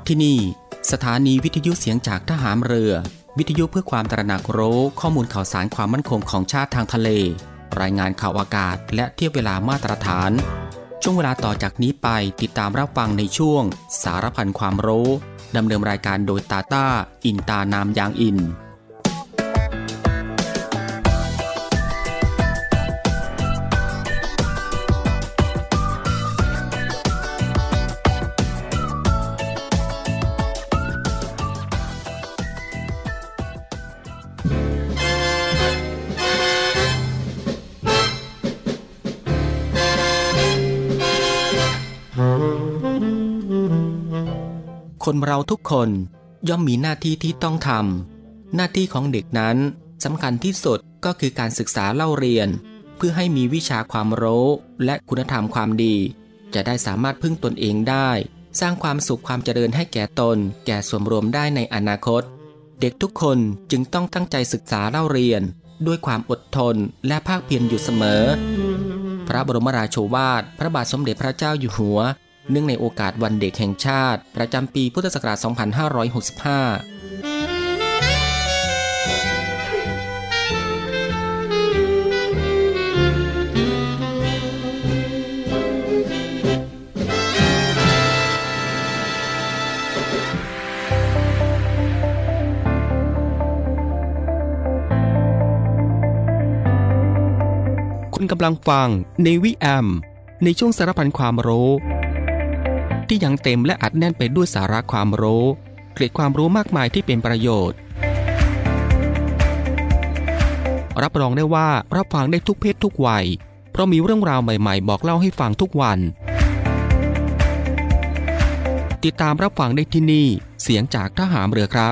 ที่นี่สถานีวิทยุเสียงจากทหารเรือวิทยุเพื่อความตระหนักรู้ข้อมูลข่าวสารความมั่นคงของชาติทางทะเลรายงานข่าวอากาศและเทียบเวลามาตรฐานช่วงเวลาต่อจากนี้ไปติดตามรับฟังในช่วงสารพันความรู้ดำเนินรายการโดยตาต้าอินตานามยางอินคนเราทุกคนย่อมมีหน้าที่ที่ต้องทำหน้าที่ของเด็กนั้นสำคัญที่สุดก็คือการศึกษาเล่าเรียนเพื่อให้มีวิชาความรู้และคุณธรรมความดีจะได้สามารถพึ่งตนเองได้สร้างความสุขความเจริญให้แก่ตนแก่ส่วนรวมได้ในอนาคตเด็กทุกคนจึงต้องตั้งใจศึกษาเล่าเรียนด้วยความอดทนและภาคเพียรอยู่เสมอพระบรมราโชวาทพระบาทสมเด็จพระเจ้าอยู่หัวเนื่องในโอกาสวันเด็กแห่งชาติประจำปีพุทธศักราช 2565 คุณกำลังฟัง Navy AM ในช่วงสารพันความรู้ที่ยังเต็มและอัดแน่นไปด้วยสาระความรู้เกร็ดความรู้มากมายที่เป็นประโยชน์รับรองได้ว่ารับฟังได้ทุกเพศทุกวัยเพราะมีเรื่องราวใหม่ๆบอกเล่าให้ฟังทุกวันติดตามรับฟังได้ที่นี่เสียงจากทหารเรือครับ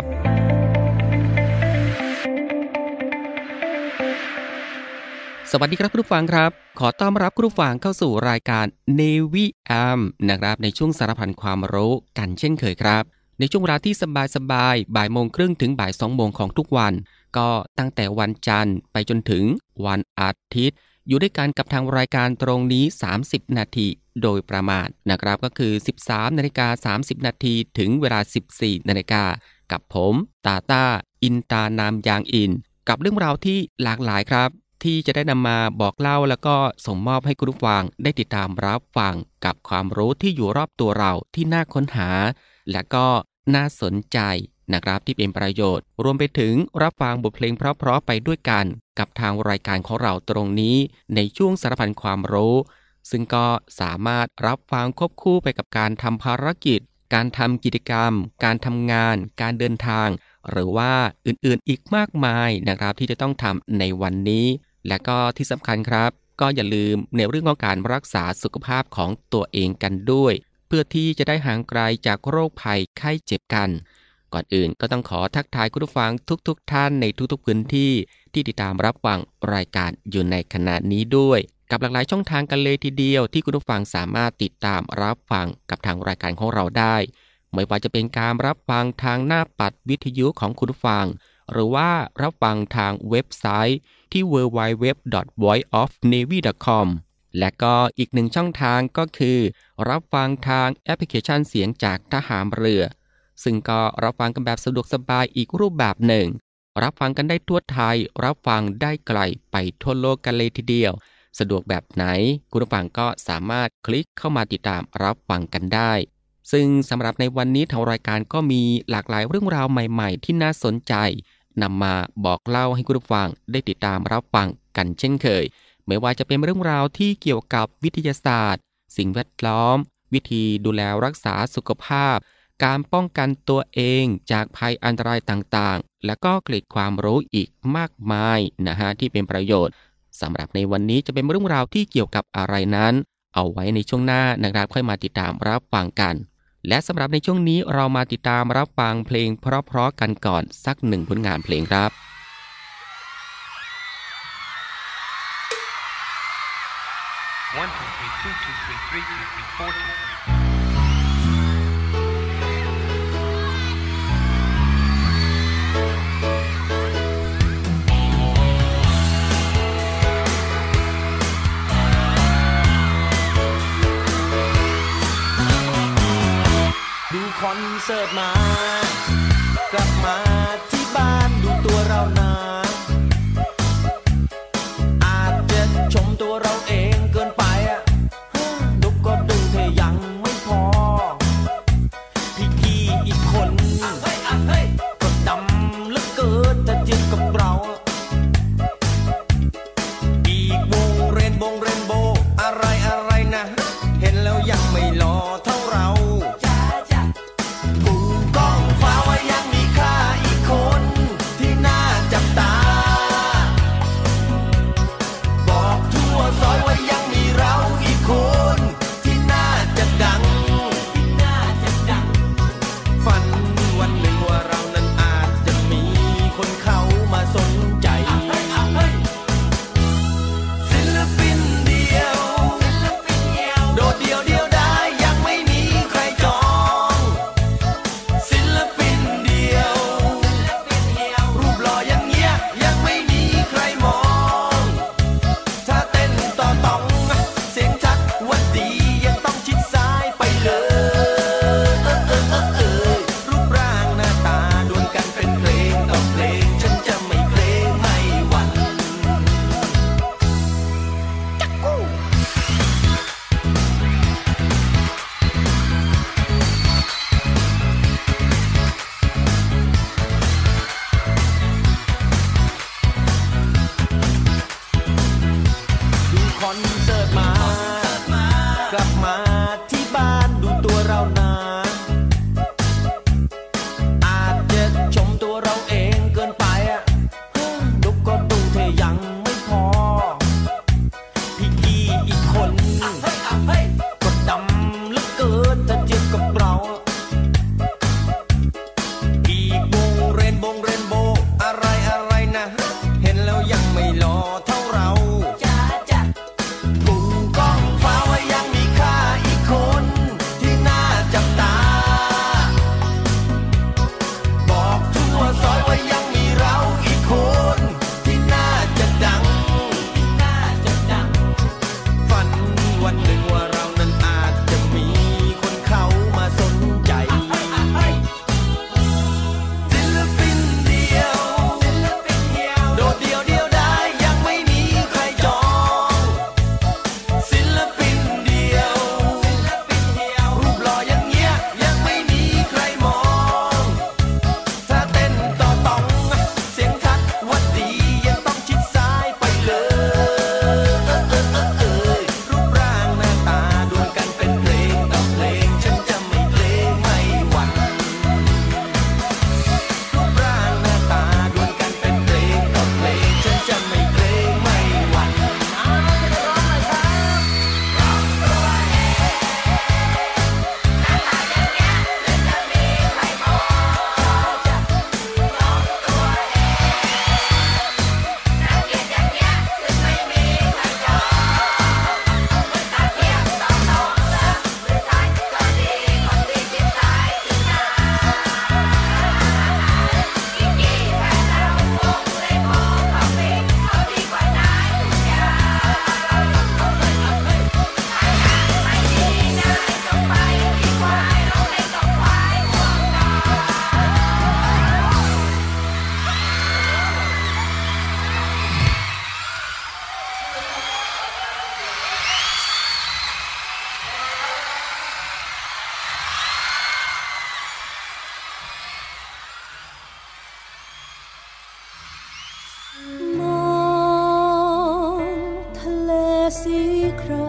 สวัสดีครับคุณผู้ฟังครับขอต้อนรับคุณผู้ฟังเข้าสู่รายการ Navy AM นะครับในช่วงสารพันความรู้กันเช่นเคยครับในช่วงเวลาที่สบายๆ 13:30 ถึง 14:00 ของทุกวันก็ตั้งแต่วันจันทร์ไปจนถึงวันอาทิตย์อยู่ด้วยกันกับทางรายการตรงนี้30นาทีโดยประมาณนะครับก็คือ 13:30 นาทีถึงเวลา 14:00 นกับผมตาต้าอินตานามยางอินกับเรื่องราวที่หลากหลายครับที่จะได้นำมาบอกเล่าแล้วก็ส่งมอบให้คุณผู้ฟังได้ติดตามรับฟังกับความรู้ที่อยู่รอบตัวเราที่น่าค้นหาและก็น่าสนใจนะครับที่เป็นประโยชน์รวมไปถึงรับฟังบทเพลงเพราะๆไปด้วยกันกับทางรายการของเราตรงนี้ในช่วงสารพันความรู้ซึ่งก็สามารถรับฟังควบคู่ไปกับการทำภารกิจการทำกิจกรรมการทำงานการเดินทางหรือว่าอื่นๆอีกมากมายนะครับที่จะต้องทำในวันนี้และก็ที่สำคัญครับก็อย่าลืมในเรื่องของการรักษาสุขภาพของตัวเองกันด้วยเพื่อที่จะได้ห่างไกลจากโรคภัยไข้เจ็บกันก่อนอื่นก็ต้องขอทักทายคุณผู้ฟังทุกท่านในทุกๆพื้นที่ที่ติดตามรับฟังรายการอยู่ในขณะนี้ด้วยกับหลากหลายช่องทางกันเลยทีเดียวที่คุณผู้ฟังสามารถติดตามรับฟังกับทางรายการของเราได้ไม่ว่าจะเป็นการรับฟังทางหน้าปัดวิทยุของคุณผู้ฟังหรือว่ารับฟังทางเว็บไซต์ที่ www.voiceofnavy.com และก็อีกหนึ่งช่องทางก็คือรับฟังทางแอปพลิเคชันเสียงจากทหารเรือซึ่งก็รับฟังกันแบบสะดวกสบายอีกรูปแบบหนึ่งรับฟังกันได้ทั่วไทยรับฟังได้ไกลไปทั่วโลกกันเลยทีเดียวสะดวกแบบไหนคุณผู้ฟังก็สามารถคลิกเข้ามาติดตามรับฟังกันได้ซึ่งสำหรับในวันนี้ทางรายการก็มีหลากหลายเรื่องราวใหม่ๆที่น่าสนใจนำมาบอกเล่าให้คุณผู้ฟังได้ติดตามรับฟังกันเช่นเคยไม่ว่าจะเป็นเรื่องราวที่เกี่ยวกับวิทยาศาสตร์สิ่งแวดล้อมวิธีดูแลรักษาสุขภาพการป้องกันตัวเองจากภัยอันตรายต่างๆและก็เกร็ดความรู้อีกมากมายนะฮะที่เป็นประโยชน์สำหรับในวันนี้จะเป็นเรื่องราวที่เกี่ยวกับอะไรนั้นเอาไว้ในช่วงหน้านะครับค่อยมาติดตามรับฟังกันและสำหรับในช่วงนี้เรามาติดตามรับฟังเพลงเพราะๆกันก่อนสักหนึ่งผลงานเพลงครับ 1 2 3 2 2 3 3 2 3 4 2 3 ดูคอนเสิร์ตมากลับมาที่บ้านดูตัวเรานาอาจจะชมตัวเราเองเกินไปอะดูก็ดูเธอยังไม่พอพี่กี้อีกคนก็ดำเหลือเกินแต่เทียบกับเราอีกวงเรนโบว์อะไรนะเห็นแล้วยังไม่หล่อเท่าเรากูกล้องฟ้าว่ายังมีค่าอีกคนที่น่าจับตาบอกทั่วซอยว่ายังมีเราอีกคนที่น่าจะดังฝันวันหนึ่งว่าเรานั้นอาจจะมีคนเขามาสนใจศิลปินเดียวโดดเดียวได้ยังไม่มีใครจองศิลปินเดียวรูปหล่ออย่างเงี้ยยังไม่มีใครมองถ้าเต้นต่อต้องเสียงชัดวันดียังต้องชิดซ้ายไปเลยรูปร่างหน้าตาดวลกันเป็นเพลงต่อเพลงฉันจะไม่เกรงไม่หวั่นจักกู้ดูคอนเสิร์ตมากลับมาที่บ้านดูตัวเรานาอาจจะชมตัวเราเองเกินไปอะดูก็ดูเธอยังไม่พอพี่กี้อีกคนก็ดำเหลือเกินถ้าเทียบกับเราอีกวงเรนโบว์อะไรนะเห็นแล้วยังไม่หล่อเท่าเรากูกล้องฟ้าว่ายังมีค่าอีกคนที่น่าจับตาบอกทั่วซอยว่ายังมีเราอีกคนที่น่าจะดังฝันวันหนึ่งว่าเรานั้นอาจจะมีคนเขามาสนใจศิลปินเดียวโดดเดียวได้ยังไม่มีใครจองศิลปินเดียวรูปหล่ออย่างเงี้ยยังไม่มีใครมองถ้าเต้นต่อต้องเสียงชัดวันดียังต้องชิดซ้ายไปเลยรูปร่างหน้าตาดวลกันเป็นเพลงต่อเพลงฉันจะไม่เกรงไม่หวั่นรูปร่างหน้าตาดวลกันเป็นเพลงต่อเพลงฉันจะไม่เกรงไม่หวั่นมองทะเลสีคราม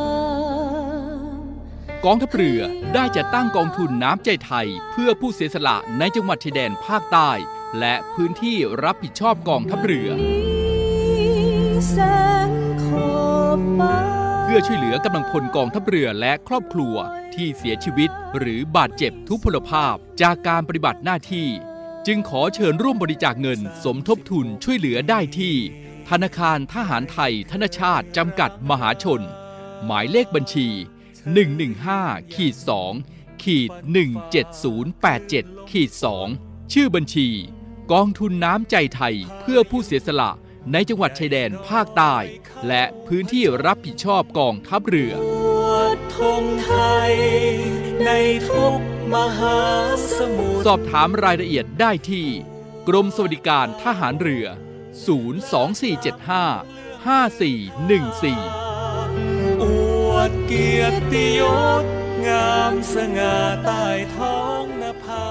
กองทัพเรือได้จัดตั้งกองทุนน้ำใจไทยเพื่อผู้เสียสละในจังหวัดชายแดนภาคใต้และพื้นที่รับผิดชอบกองทัพเรือแสงขอบฟ้าเพื่อช่วยเหลือกำลังพลกองทัพเรือและครอบครัวที่เสียชีวิตหรือบาดเจ็บทุพพลภาพจากการปฏิบัติหน้าที่จึงขอเชิญร่วมบริจาคเงินสมทบทุนช่วยเหลือได้ที่ธนาคารทหารไทยธนชาติจำกัดมหาชนหมายเลขบัญชี 115-2-17087-2 ชื่อบัญชีกองทุนน้ำใจไทยเพื่อผู้เสียสละในจังหวัดชายแดนภาคใต้และพื้นที่รับผิดชอบกองทัพเรือธงไทยในทุกมหาสมุทรสอบถามรายละเอียดได้ที่กรมสวัสดิการทหารเรือ 024755414 อวดเกียรติยศงามสง่าใต้ท้องนภา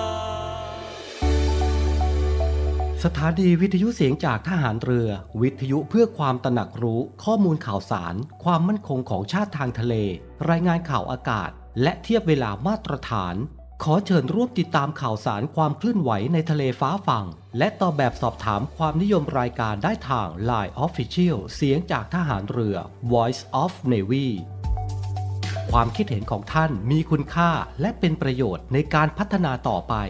สถานีวิทยุเสียงจากทหารเรือวิทยุเพื่อความตระหนักรู้ข้อมูลข่าวสารความมั่นคงของชาติทางทะเลรายงานข่าวอากาศและเทียบเวลามาตรฐานขอเชิญร่วมติดตามข่าวสารความเคลื่อนไหวในทะเลฟ้าฝั่งและตอบแบบสอบถามความนิยมรายการได้ทาง Line Official เสียงจากทหารเรือ Voice of Navy ความคิดเห็นของท่านมีคุณค่าและเป็นประโยชน์ในการพัฒนาต่อไป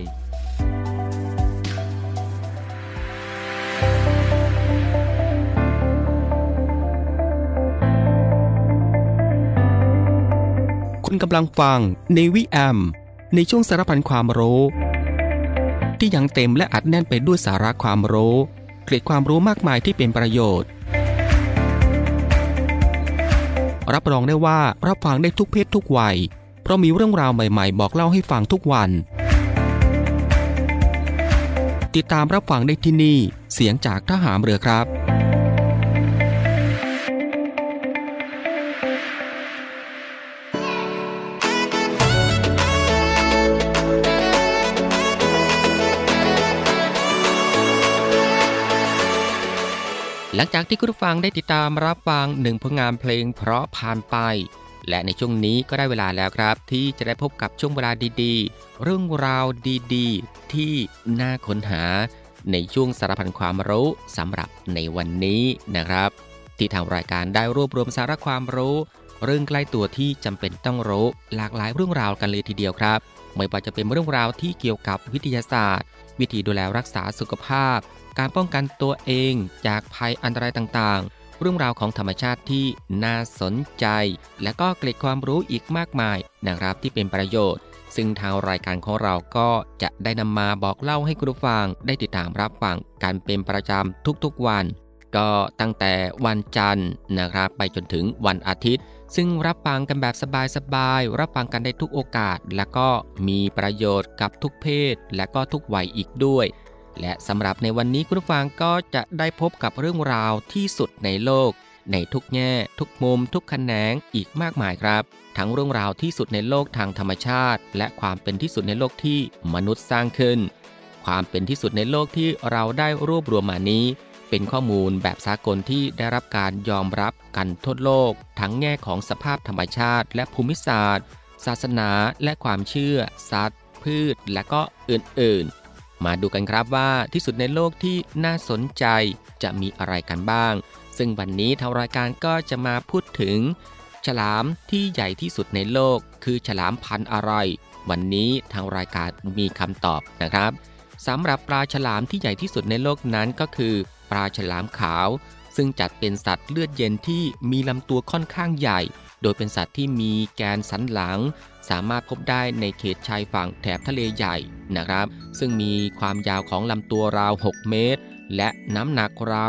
คุณกำลังฟัง Navy AM ในช่วงสารพันความรู้ที่ยังเต็มและอัดแน่นไปด้วยสาระความรู้เกร็ดความรู้มากมายที่เป็นประโยชน์รับรองได้ว่ารับฟังได้ทุกเพศทุกวัยเพราะมีเรื่องราวใหม่ๆบอกเล่าให้ฟังทุกวันติดตามรับฟังได้ที่นี่เสียงจากทหารเรือครับหลังจากที่คุณผู้ฟังได้ติดตามรับฟังหนึ่งผลงานเพลงเพราะผ่านไปและในช่วงนี้ก็ได้เวลาแล้วครับที่จะได้พบกับช่วงเวลาดีๆเรื่องราวดีๆที่น่าค้นหาในช่วงสารพันความรู้สำหรับในวันนี้นะครับที่ทางรายการได้รวบรวมสาระความรู้เรื่องใกล้ตัวที่จำเป็นต้องรู้หลากหลายเรื่องราวกันเลยทีเดียวครับไม่ว่าจะเป็นเรื่องราวที่เกี่ยวกับวิทยาศาสตร์วิธีดูแลรักษาสุขภาพการป้องกันตัวเองจากภัยอันตรายต่างๆเรื่องราวของธรรมชาติที่น่าสนใจและก็เกร็ดความรู้อีกมากมายนะครับที่เป็นประโยชน์ซึ่งทางรายการของเราก็จะได้นำมาบอกเล่าให้คุณผู้ฟังได้ติดตามรับฟังกันเป็นประจำทุกๆวันก็ตั้งแต่วันจันทร์นะครับไปจนถึงวันอาทิตย์ซึ่งรับฟังกันแบบสบายๆรับฟังกันได้ทุกโอกาสและก็มีประโยชน์กับทุกเพศและก็ทุกวัยอีกด้วยและสำหรับในวันนี้คุณผู้ฟังก็จะได้พบกับเรื่องราวที่สุดในโลกในทุกแง่ทุกมุมทุกแขนงอีกมากมายครับทั้งเรื่องราวที่สุดในโลกทางธรรมชาติและความเป็นที่สุดในโลกที่มนุษย์สร้างขึ้นความเป็นที่สุดในโลกที่เราได้รวบรวมมานี้เป็นข้อมูลแบบสากลที่ได้รับการยอมรับกันทั่วโลกทั้งแง่ของสภาพธรรมชาติและภูมิศาสตร์ศาสนาและความเชื่อสัตว์พืชและก็อื่นๆมาดูกันครับว่าที่สุดในโลกที่น่าสนใจจะมีอะไรกันบ้างซึ่งวันนี้ทางรายการก็จะมาพูดถึงฉลามที่ใหญ่ที่สุดในโลกคือฉลามพันธุ์อะไรวันนี้ทางรายการมีคำตอบนะครับสำหรับปลาฉลามที่ใหญ่ที่สุดในโลกนั้นก็คือปลาฉลามขาวซึ่งจัดเป็นสัตว์เลือดเย็นที่มีลำตัวค่อนข้างใหญ่โดยเป็นสัตว์ที่มีแกนสันหลังสามารถพบได้ในเขตชายฝั่งแถบทะเลใหญ่นะครับซึ่งมีความยาวของลำตัวราว6เมตรและน้ำหนักราว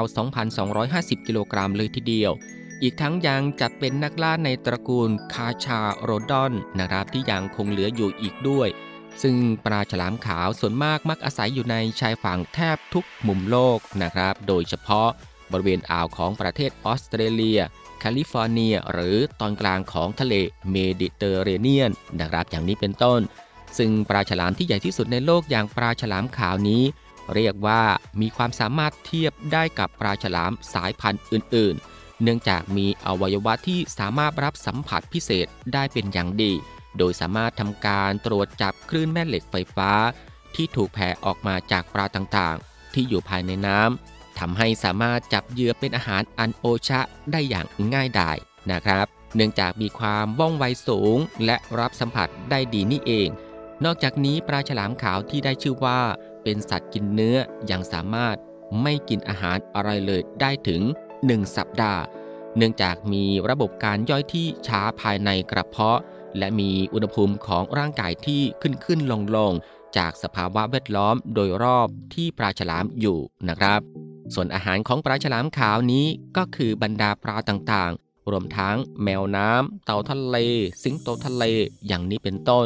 2,250 กิโลกรัมเลยทีเดียวอีกทั้งยังจัดเป็นนักล่าในตระกูลคาชาโรดอนนะครับที่ยังคงเหลืออยู่อีกด้วยซึ่งปลาฉลามขาวส่วนมากมักอาศัยอยู่ในชายฝั่งแทบทุกมุมโลกนะครับโดยเฉพาะบริเวณอ่าวของประเทศออสเตรเลียแคลิฟอร์เนียหรือตอนกลางของทะเลเมดิเตอร์เรเนียนนะครับอย่างนี้เป็นต้นซึ่งปลาฉลามที่ใหญ่ที่สุดในโลกอย่างปลาฉลามขาวนี้เรียกว่ามีความสามารถเทียบได้กับปลาฉลามสายพันธุ์อื่นๆเนื่องจากมีอวัยวะที่สามารถรับสัมผัสพิเศษได้เป็นอย่างดีโดยสามารถทำการตรวจจับคลื่นแม่เหล็กไฟฟ้าที่ถูกแผ่ออกมาจากปลาต่างๆที่อยู่ภายในน้ำทำให้สามารถจับเหยื่อเป็นอาหารอันโอชะได้อย่างง่ายดายนะครับเนื่องจากมีความว่องไวสูงและรับสัมผัสได้ดีนี่เองนอกจากนี้ปลาฉลามขาวที่ได้ชื่อว่าเป็นสัตว์กินเนื้อยังสามารถไม่กินอาหารอะไรเลยได้ถึง1สัปดาห์เนื่องจากมีระบบการย่อยที่ช้าภายในกระเพาะและมีอุณหภูมิของร่างกายที่ขึ้นลงจากสภาวะแวดล้อมโดยรอบที่ปลาฉลามอยู่นะครับส่วนอาหารของปลาฉลามขาวนี้ก็คือบรรดาปลาต่างๆรวมทั้งแมวน้ำเต่าทะเลสิงโตทะเลอย่างนี้เป็นต้น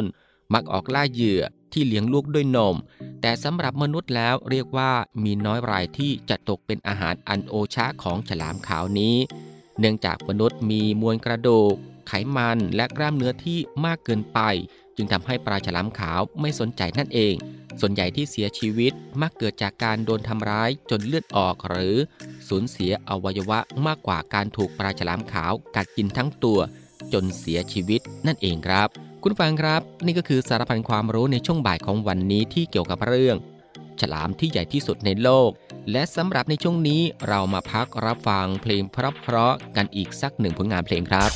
มักออกล่าเหยื่อที่เลี้ยงลูกด้วยนมแต่สำหรับมนุษย์แล้วเรียกว่ามีน้อยรายที่จะตกเป็นอาหารอันโอชะของฉลามขาวนี้เนื่องจากมนุษย์มีมวลกระดูกไขมันและกล้ามเนื้อที่มากเกินไปจึงทำให้ปลาฉลามขาวไม่สนใจนั่นเองส่วนใหญ่ที่เสียชีวิตมักเกิดจากการโดนทำร้ายจนเลือดออกหรือสูญเสียอวัยวะมากกว่าการถูกปลาฉลามขาวกัดกินทั้งตัวจนเสียชีวิตนั่นเองครับคุณฟังครับนี่ก็คือสารพันความรู้ในช่วงบ่ายของวันนี้ที่เกี่ยวกับเรื่องฉลามที่ใหญ่ที่สุดในโลกและสำหรับในช่วงนี้เรามาพักรับฟังเพลงเพราะๆกันอีกสักหนึ่งผลงานเพลงครับ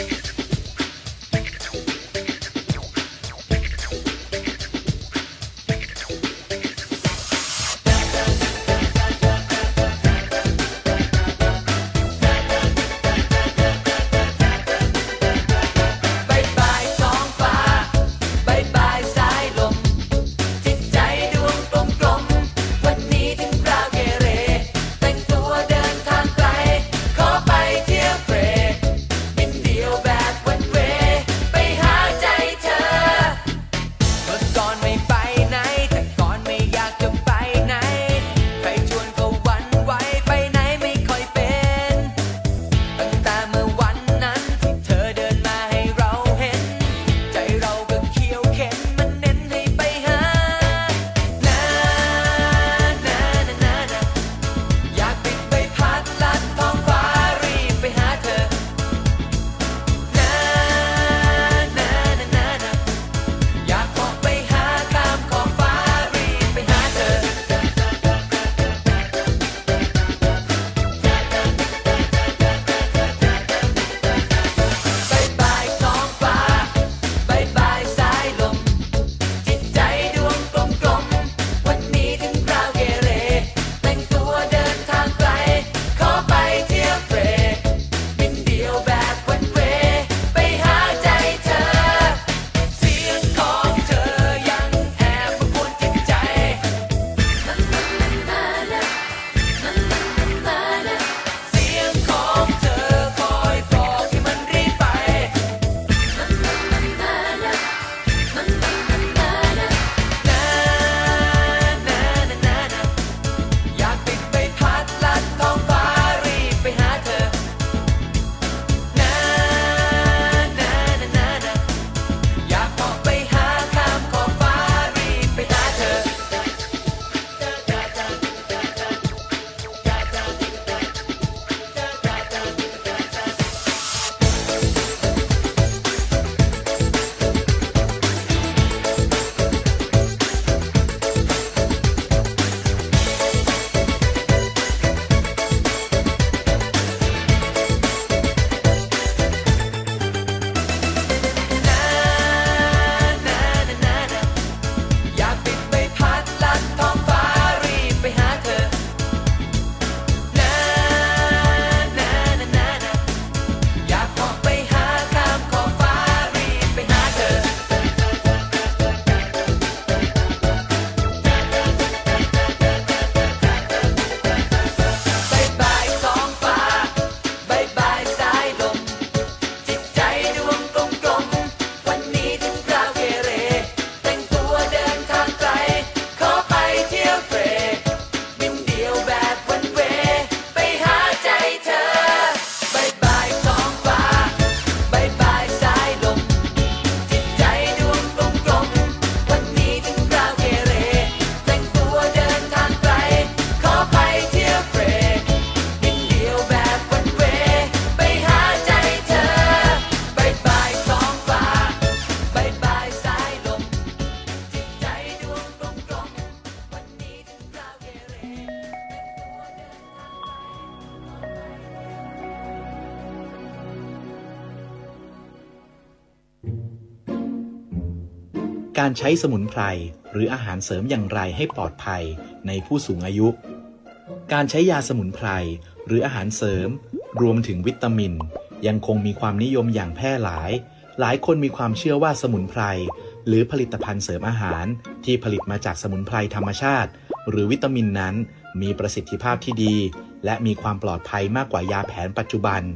การใช้สมุนไพรหรืออาหารเสริมอย่างไรให้ปลอดภัยในผู้สูงอายุ การใช้ยาสมุนไพรหรืออาหารเสริมรวมถึงวิตามินยังคงมีความนิยมอย่างแพร่หลายคนมีความเชื่อว่าสมุนไพรหรือผลิตภัณฑ์เสริมอาหารที่ผลิตมาจากสมุนไพรธรรมชาติหรือวิตามินนั้นมีประสิทธิภาพที่ดีและมีความปลอดภัยมากกว่ายาแผนปัจจุบัน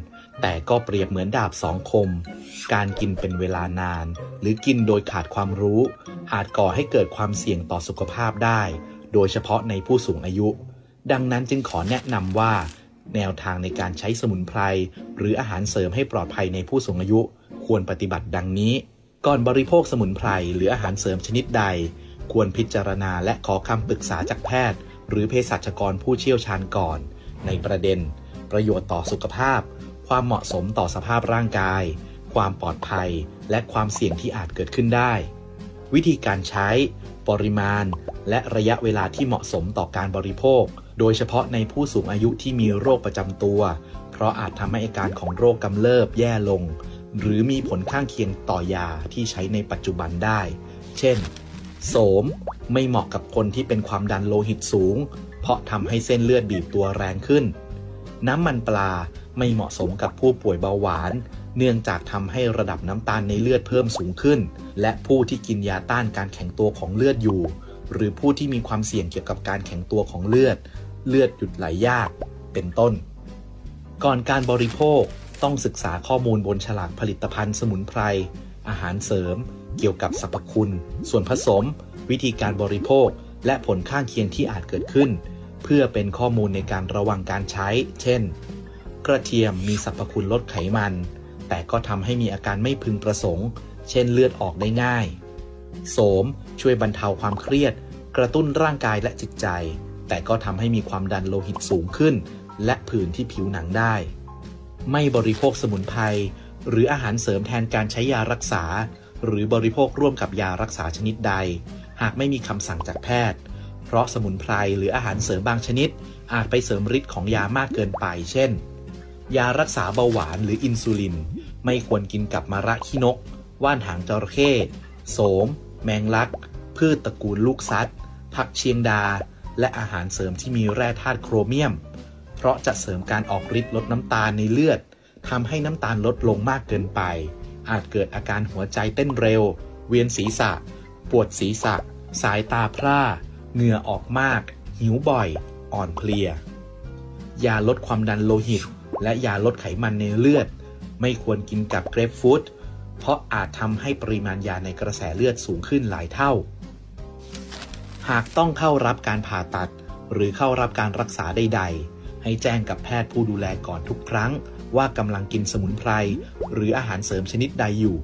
แต่ก็เปรียบเหมือนดาบสองคมการกินเป็นเวลานานหรือกินโดยขาดความรู้อาจก่อให้เกิดความเสี่ยงต่อสุขภาพได้โดยเฉพาะในผู้สูงอายุดังนั้นจึงขอแนะนำว่าแนวทางในการใช้สมุนไพรหรืออาหารเสริมให้ปลอดภัยในผู้สูงอายุควรปฏิบัติดังนี้ก่อนบริโภคสมุนไพรหรืออาหารเสริมชนิดใดควรพิจารณาและขอคำปรึกษาจากแพทย์หรือเภสัชกรผู้เชี่ยวชาญก่อนในประเด็นประโยชน์ต่อสุขภาพความเหมาะสมต่อสภาพร่างกายความปลอดภัยและความเสี่ยงที่อาจเกิดขึ้นได้วิธีการใช้ปริมาณและระยะเวลาที่เหมาะสมต่อการบริโภคโดยเฉพาะในผู้สูงอายุที่มีโรคประจำตัวเพราะอาจทำให้อาการของโรคกำเริบแย่ลงหรือมีผลข้างเคียงต่อยาที่ใช้ในปัจจุบันได้เช่นโสมไม่เหมาะกับคนที่เป็นความดันโลหิตสูงเพราะทำให้เส้นเลือดบีบตัวแรงขึ้นน้ำมันปลาไม่เหมาะสมกับผู้ป่วยเบาหวานเนื่องจากทำให้ระดับน้ำตาลในเลือดเพิ่มสูงขึ้นและผู้ที่กินยาต้านการแข็งตัวของเลือดอยู่หรือผู้ที่มีความเสี่ยงเกี่ยวกับการแข็งตัวของเลือดหยุดไหลยากเป็นต้นก่อนการบริโภคต้องศึกษาข้อมูลบนฉลากผลิตภัณฑ์สมุนไพรอาหารเสริมเกี่ยวกับสรรพคุณส่วนผสมวิธีการบริโภคและผลข้างเคียงที่อาจเกิดขึ้นเพื่อเป็นข้อมูลในการระวังการใช้เช่นกระเทียมมีสรรพคุณลดไขมันแต่ก็ทำให้มีอาการไม่พึงประสงค์เช่นเลือดออกได้ง่ายโสมช่วยบรรเทาความเครียดกระตุ้นร่างกายและจิตใจแต่ก็ทำให้มีความดันโลหิตสูงขึ้นและผื่นที่ผิวหนังได้ไม่บริโภคสมุนไพรหรืออาหารเสริมแทนการใช้ยารักษาหรือบริโภคร่วมกับยารักษาชนิดใดหากไม่มีคำสั่งจากแพทย์เพราะสมุนไพรหรืออาหารเสริมบางชนิดอาจไปเสริมฤทธิ์ของยามากเกินไปเช่นยารักษาเบาหวานหรืออินซูลินไม่ควรกินกับมะระขี้นกว่านหางจระเข้โสมแมงลักพืชตระกูลลูกซัดผักเชียงดาและอาหารเสริมที่มีแร่ธาตุโครเมียมเพราะจะเสริมการออกฤทธิ์ลดน้ำตาลในเลือดทำให้น้ำตาลลดลงมากเกินไปอาจเกิดอาการหัวใจเต้นเร็วเวียนศีรษะปวดศีรษะสายตาพร่าเหงื่อออกมากหิวบ่อยอ่อนเพลียยาลดความดันโลหิตและยาลดไขมันในเลือดไม่ควรกินกับเกรปฟรุตเพราะอาจทำให้ปริมาณยาในกระแสเลือดสูงขึ้นหลายเท่าหากต้องเข้ารับการผ่าตัดหรือเข้ารับการรักษาใดๆให้แจ้งกับแพทย์ผู้ดูแลก่อนทุกครั้งว่ากำลังกินสมุนไพรหรืออาหารเสริมชนิดใดอยู่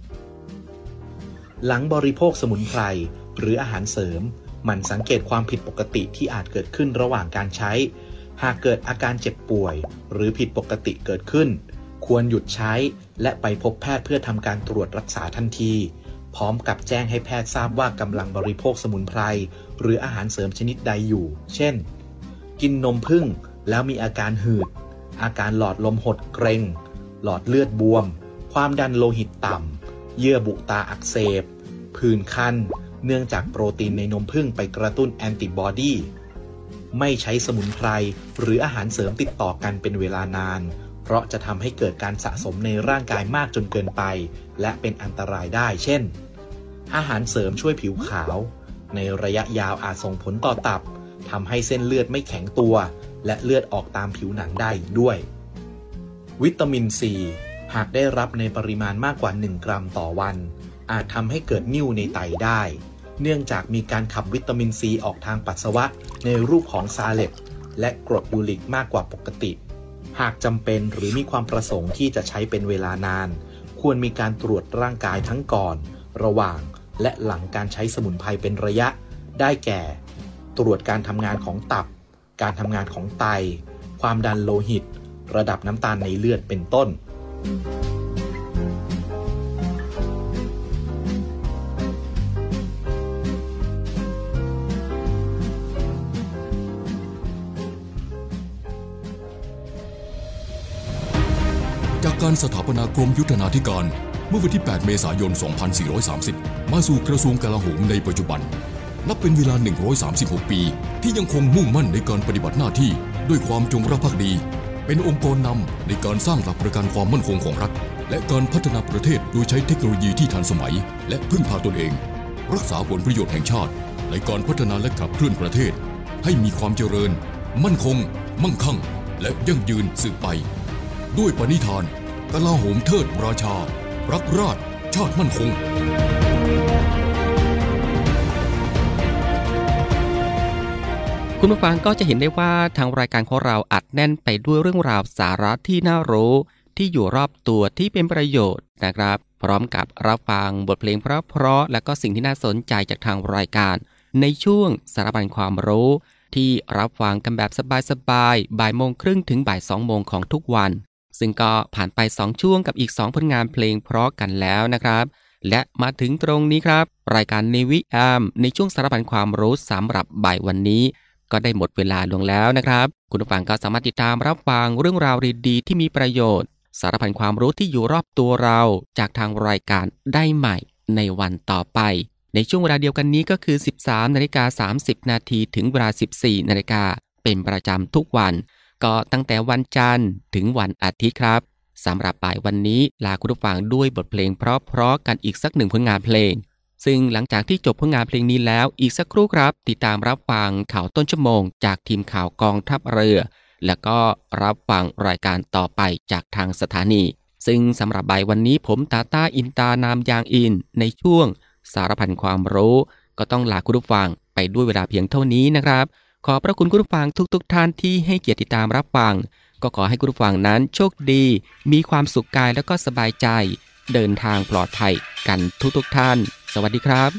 หลังบริโภคสมุนไพรหรืออาหารเสริมหมั่นสังเกตความผิดปกติที่อาจเกิดขึ้นระหว่างการใช้หากเกิดอาการเจ็บป่วยหรือผิดปกติเกิดขึ้นควรหยุดใช้และไปพบแพทย์เพื่อทำการตรวจรักษาทันทีพร้อมกับแจ้งให้แพทย์ทราบว่ากำลังบริโภคสมุนไพรหรืออาหารเสริมชนิดใดอยู่เช่นกินนมผึ้งแล้วมีอาการหืดอาการหลอดลมหดเกร็งหลอดเลือดบวมความดันโลหิตต่ำเยื่อบุตาอักเสบผื่นคันเนื่องจากโปรตีนในนมผึ้งไปกระตุ้นแอนติบอดีไม่ใช้สมุนไพรหรืออาหารเสริมติดต่อกันเป็นเวลานานเพราะจะทำให้เกิดการสะสมในร่างกายมากจนเกินไปและเป็นอันตรายได้เช่นอาหารเสริมช่วยผิวขาวในระยะยาวอาจส่งผลต่อตับทำให้เส้นเลือดไม่แข็งตัวและเลือดออกตามผิวหนังได้อีกด้วยวิตามินซีหากได้รับในปริมาณมากกว่า1กรัมต่อวันอาจทำให้เกิดนิ่วในไตได้เนื่องจากมีการขับวิตามินซีออกทางปัสสาวะในรูปของซาเลปและกรดยูริกมากกว่าปกติหากจำเป็นหรือมีความประสงค์ที่จะใช้เป็นเวลานานควรมีการตรวจร่างกายทั้งก่อนระหว่างและหลังการใช้สมุนไพรเป็นระยะได้แก่ตรวจการทำงานของตับการทำงานของไตความดันโลหิตระดับน้ำตาลในเลือดเป็นต้นจากการสถาปนากรมยุทธนาธิการเมื่อวันที่ 8 เมษายน 2430 มาสู่กระทรวงกลาโหมในปัจจุบันนับเป็นเวลา 136 ปีที่ยังคงมุ่งมั่นในการปฏิบัติหน้าที่ด้วยความจงรักภักดีเป็นองค์กรนำในการสร้างหลักประกันความมั่นคงของรัฐและการพัฒนาประเทศโดยใช้เทคโนโลยีที่ทันสมัยและพึ่งพาตนเองรักษาผลประโยชน์แห่งชาติในการพัฒนาและขับเคลื่อนประเทศให้มีความเจริญมั่นคงมั่งคั่งและยั่งยืนสืบไปด้วยปณิธานกลาโหมเทิดราชารักราชชาติมั่นคงคุณผู้ฟังก็จะเห็นได้ว่าทางรายการของเราอัดแน่นไปด้วยเรื่องราวสาระที่น่ารู้ที่อยู่รอบตัวที่เป็นประโยชน์นะครับพร้อมกับรับฟังบทเพลงเพราะๆและก็สิ่งที่น่าสนใจจากทางรายการในช่วงสารพันความรู้ที่รับฟังกันแบบสบายๆบ่ายโมงครึ่งถึงบ่าย2โมงของทุกวันซึ่งก็ผ่านไป2ช่วงกับอีก2ผลงานเพลงเพราะกันแล้วนะครับและมาถึงตรงนี้ครับรายการ Navy AM ในช่วงสารพันความรู้สำหรับบ่ายวันนี้ก็ได้หมดเวลาลงแล้วนะครับคุณผู้ฟังก็สามารถติดตามรับฟังเรื่องราวดีๆที่มีประโยชน์สารพันความรู้ที่อยู่รอบตัวเราจากทางรายการได้ใหม่ในวันต่อไปในช่วงเวลาเดียวกันนี้ก็คือ 13:30 นาทีถึงเวลา 14 นาฬิกาเป็นประจำทุกวันก็ตั้งแต่วันจันทร์ถึงวันอาทิตย์ครับสำหรับบ่ายวันนี้ลาคุณผู้ฟังด้วยบทเพลงเพราะๆกันอีกสักหนึ่งผลงานเพลงซึ่งหลังจากที่จบผลงานเพลงนี้แล้วอีกสักครู่ครับติดตามรับฟังข่าวต้นชั่วโมงจากทีมข่าวกองทัพเรือแล้วก็รับฟังรายการต่อไปจากทางสถานีซึ่งสำหรับบ่ายวันนี้ผมตาต้าอินตานามยางอินในช่วงสารพันความรู้ก็ต้องลาคุณผู้ฟังไปด้วยเวลาเพียงเท่านี้นะครับขอบพระคุณคุณผู้ฟังทุกท่านที่ให้เกียรติติดตามรับฟังก็ขอให้คุณผู้ฟังนั้นโชคดีมีความสุขกายแล้วก็สบายใจเดินทางปลอดภัยกันทุกท่านสวัสดีครับ